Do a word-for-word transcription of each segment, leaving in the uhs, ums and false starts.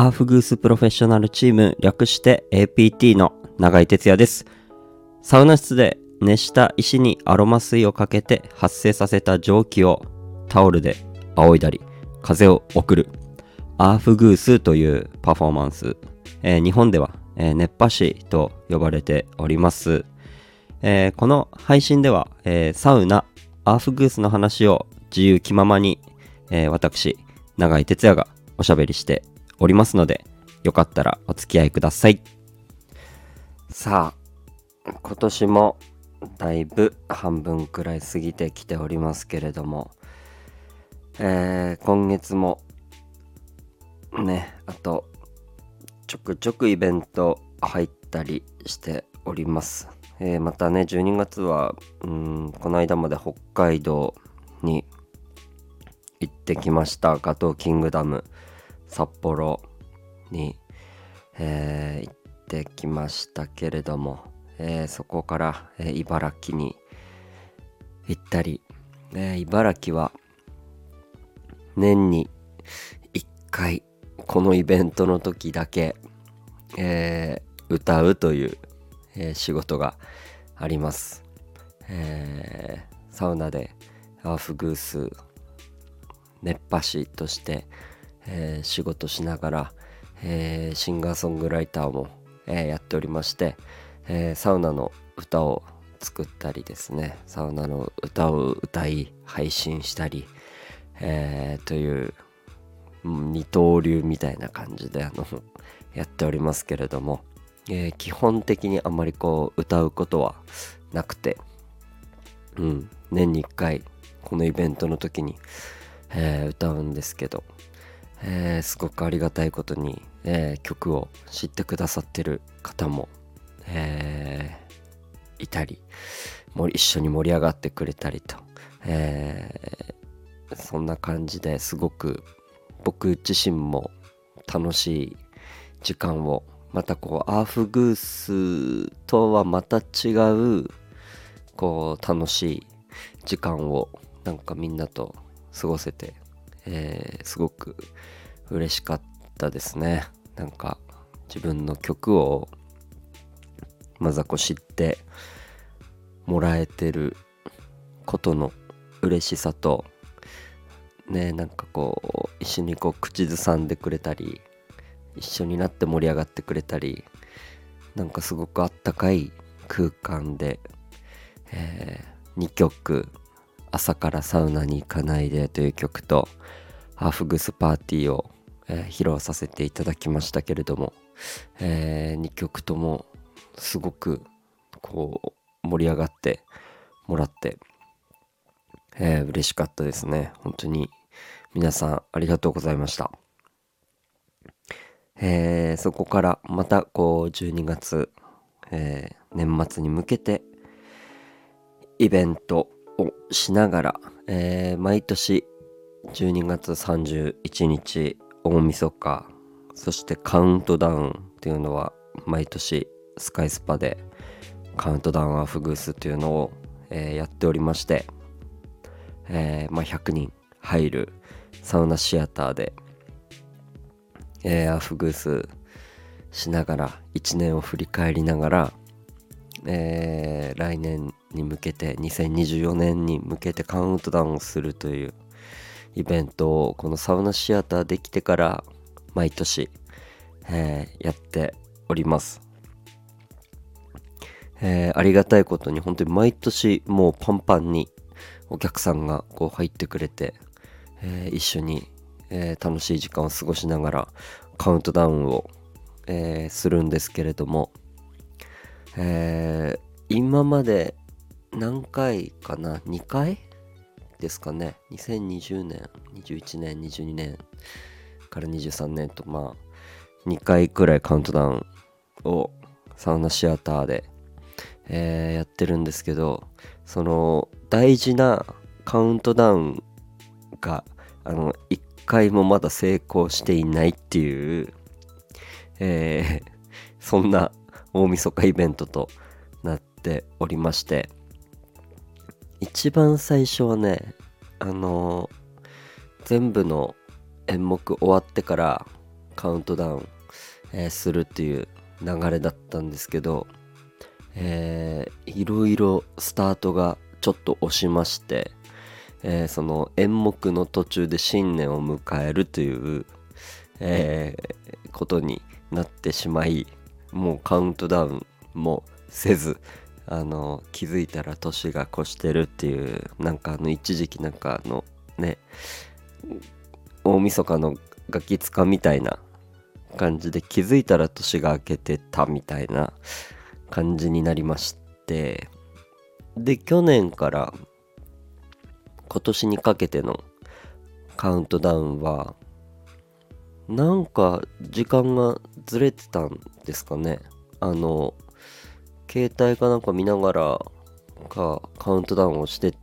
アーフグースプロフェッショナルチーム、略して エーピーティー の永井哲也です。サウナ室で熱した石にアロマ水をかけて発生させた蒸気をタオルで仰いだり風を送るアーフグースというパフォーマンス、えー、日本では、えー、熱波師と呼ばれております。えー、この配信では、えー、サウナアーフグースの話を自由気ままに、えー、私永井哲也がおしゃべりしておりますので、よかったらお付き合いください。さあ、今年もだいぶ半分くらい過ぎてきておりますけれども、えー、今月もね、あとちょくちょくイベント入ったりしております。えー、またね、じゅうにがつはうーんこの間まで北海道に行ってきました。ガトーキングダム札幌に、えー、行ってきましたけれども、えー、そこから、えー、茨城に行ったり、えー、茨城は年にいっかいこのイベントの時だけ、えー、歌うという、えー、仕事があります。えー、サウナでアーフグース熱波師としてえー、仕事しながら、えー、シンガーソングライターも、えー、やっておりまして、えー、サウナの歌を作ったりですね、サウナの歌を歌い配信したり、えー、という二刀流みたいな感じであのやっておりますけれども、えー、基本的にあんまりこう歌うことはなくて、うん、年にいっかいこのイベントの時に、えー、歌うんですけど、えー、すごくありがたいことに、えー、曲を知ってくださってる方も、えー、いたり、もう一緒に盛り上がってくれたりと、えー、そんな感じですごく僕自身も楽しい時間を、またこうアーフグースとはまた違うこう楽しい時間をなんかみんなと過ごせて、えー、すごく嬉しかったですね。なんか自分の曲をまざこ知ってもらえてることの嬉しさとね、なんかこう一緒にこう口ずさんでくれたり、一緒になって盛り上がってくれたり、なんかすごくあったかい空間で、えー、にきょく朝からサウナに行かないでという曲とアーフグースパーティーを、えー、披露させていただきましたけれども、えー、にきょくともすごくこう盛り上がってもらって、えー、嬉しかったですね。本当に皆さんありがとうございました。えー、そこからまたこうじゅうにがつ、えー、年末に向けてイベントをしながら、えー、毎年じゅうにがつさんじゅういちにち大晦日、そしてカウントダウンっていうのは毎年スカイスパでカウントダウンアーフグースっていうのを、えー、やっておりまして、えーまあ、ひゃくにん入るサウナシアターで、えー、アーフグースしながらいちねんを振り返りながら、えー、来年に向けてにせんにじゅうよねんに向けてカウントダウンをするというイベントをこのサウナシアターできてから毎年、えー、やっております。えー、ありがたいことに本当に毎年もうパンパンにお客さんがこう入ってくれて、えー、一緒に、えー、楽しい時間を過ごしながらカウントダウンを、えー、するんですけれども、えー、今まで何回かな、にかいですかね。にせんにじゅうねん、にじゅういちねん、にじゅうにねんからにじゅうさんねんと、まあにかいくらいカウントダウンをサウナシアターで、えー、やってるんですけど、その大事なカウントダウンがあのいっかいもまだ成功していないっていう、えー、そんな大晦日イベントとなっておりまして、一番最初はね、あのー、全部の演目終わってからカウントダウン、えーするっていう流れだったんですけど、えーいろいろスタートがちょっと押しまして、えーその演目の途中で新年を迎えるという、えーことになってしまい、もうカウントダウンもせず、あの気づいたら年が越してるっていう、なんかあの一時期なんかあのね、大晦日のガキつかみたいな感じで気づいたら年が明けてたみたいな感じになりまして、で去年から今年にかけてのカウントダウンはなんか時間がずれてたんですかね。あの携帯かなんか見ながらかカウントダウンをしてって、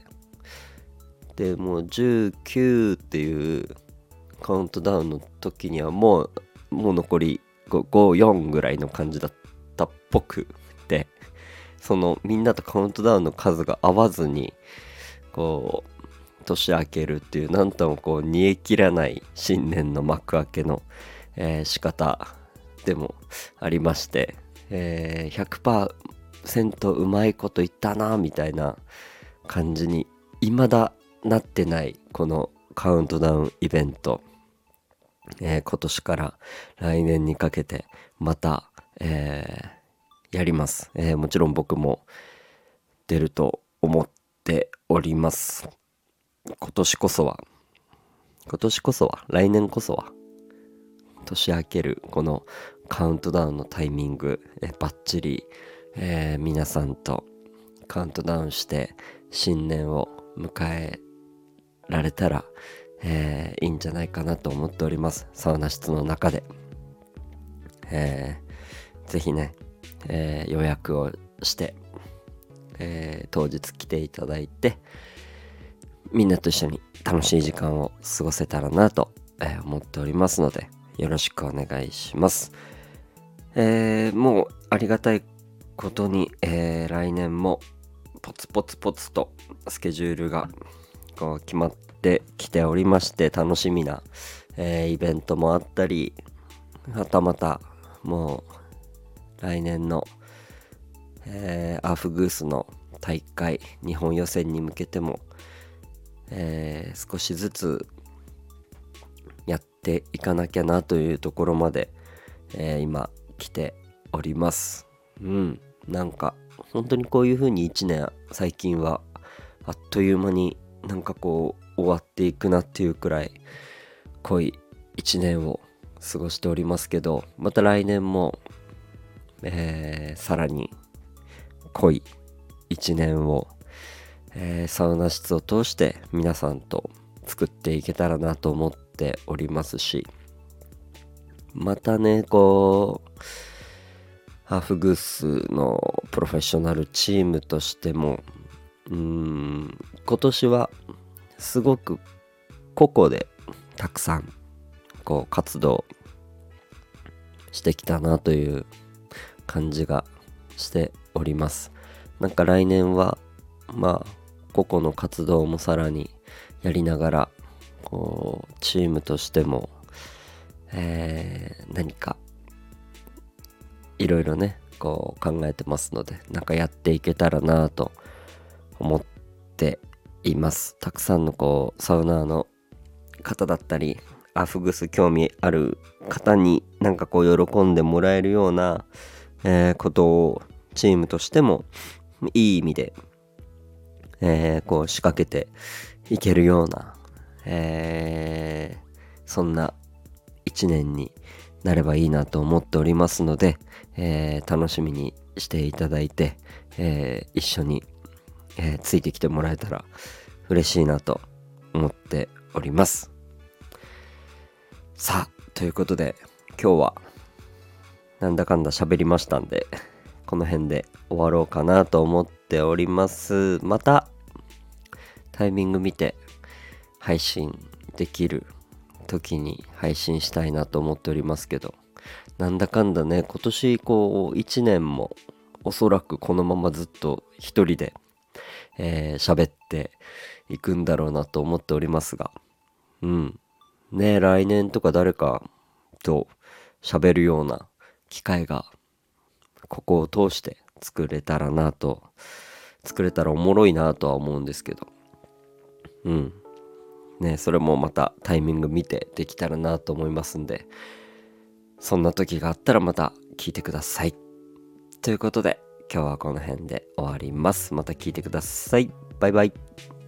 でもうじゅうきゅうっていうカウントダウンの時にはもうもう残りご、よんぐらいの感じだったっぽくて、そのみんなとカウントダウンの数が合わずにこう年明けるっていう、なんともこう煮え切らない新年の幕開けの、えー仕方でもありまして、えーひゃくパーセント うまいこと言ったなみたいな感じに未だなってないこのカウントダウンイベント、えー今年から来年にかけてまた、えーやります、えーもちろん僕も出ると思っております。今年こそは今年こそは来年こそは年明けるこのカウントダウンのタイミング、えーバッチリ、えー皆さんとカウントダウンして新年を迎えられたら、えーいいんじゃないかなと思っております。サウナ室の中で、えーぜひね、えー予約をして、えー当日来ていただいて、みんなと一緒に楽しい時間を過ごせたらなと、えー思っておりますので、よろしくお願いします。えーもうありがたいことに、えー来年もポツポツポツとスケジュールがこう決まってきておりまして、楽しみな、えーイベントもあったり、はたまたもう来年の、えーアーフグースの大会日本予選に向けても、えー少しずつやっていかなきゃなというところまで、えー今来ております。うん、なんか本当にこういう風にいちねん最近はあっという間になんかこう終わっていくなっていうくらい濃いいちねんを過ごしておりますけど、また来年も、えーさらに濃いいちねんを、えーサウナ室を通して皆さんと作っていけたらなと思っておりますし、またねこうハーフグースのプロフェッショナルチームとしても、うーん今年はすごく個々でたくさんこう活動してきたなという感じがしております。なんか来年はまあ個々の活動もさらにやりながら、こうチームとしても、えー何かいろいろねこう考えてますので、なんかやっていけたらなと思っています。たくさんのこうサウナーの方だったりアフグス興味ある方になんかこう喜んでもらえるような、えーことをチームとしてもいい意味で、えーこう仕掛けていけるような、えーそんないちねんになればいいなと思っておりますので、えー楽しみにしていただいて、えー一緒に、えーついてきてもらえたら嬉しいなと思っております。さあということで今日はなんだかんだ喋りましたんで、この辺で終わろうかなと思っております。またタイミング見て配信できる時に配信したいなと思っておりますけど、なんだかんだね今年こういちねんもおそらくこのままずっと一人でえー喋っていくんだろうなと思っておりますが、うんね来年とか誰かと喋るような機会がここを通して作れたらなと作れたらおもろいなとは思うんですけど、うんね、それもまたタイミング見てできたらなと思いますんで、そんな時があったらまた聞いてください。ということで今日はこの辺で終わります。また聞いてください。バイバイ。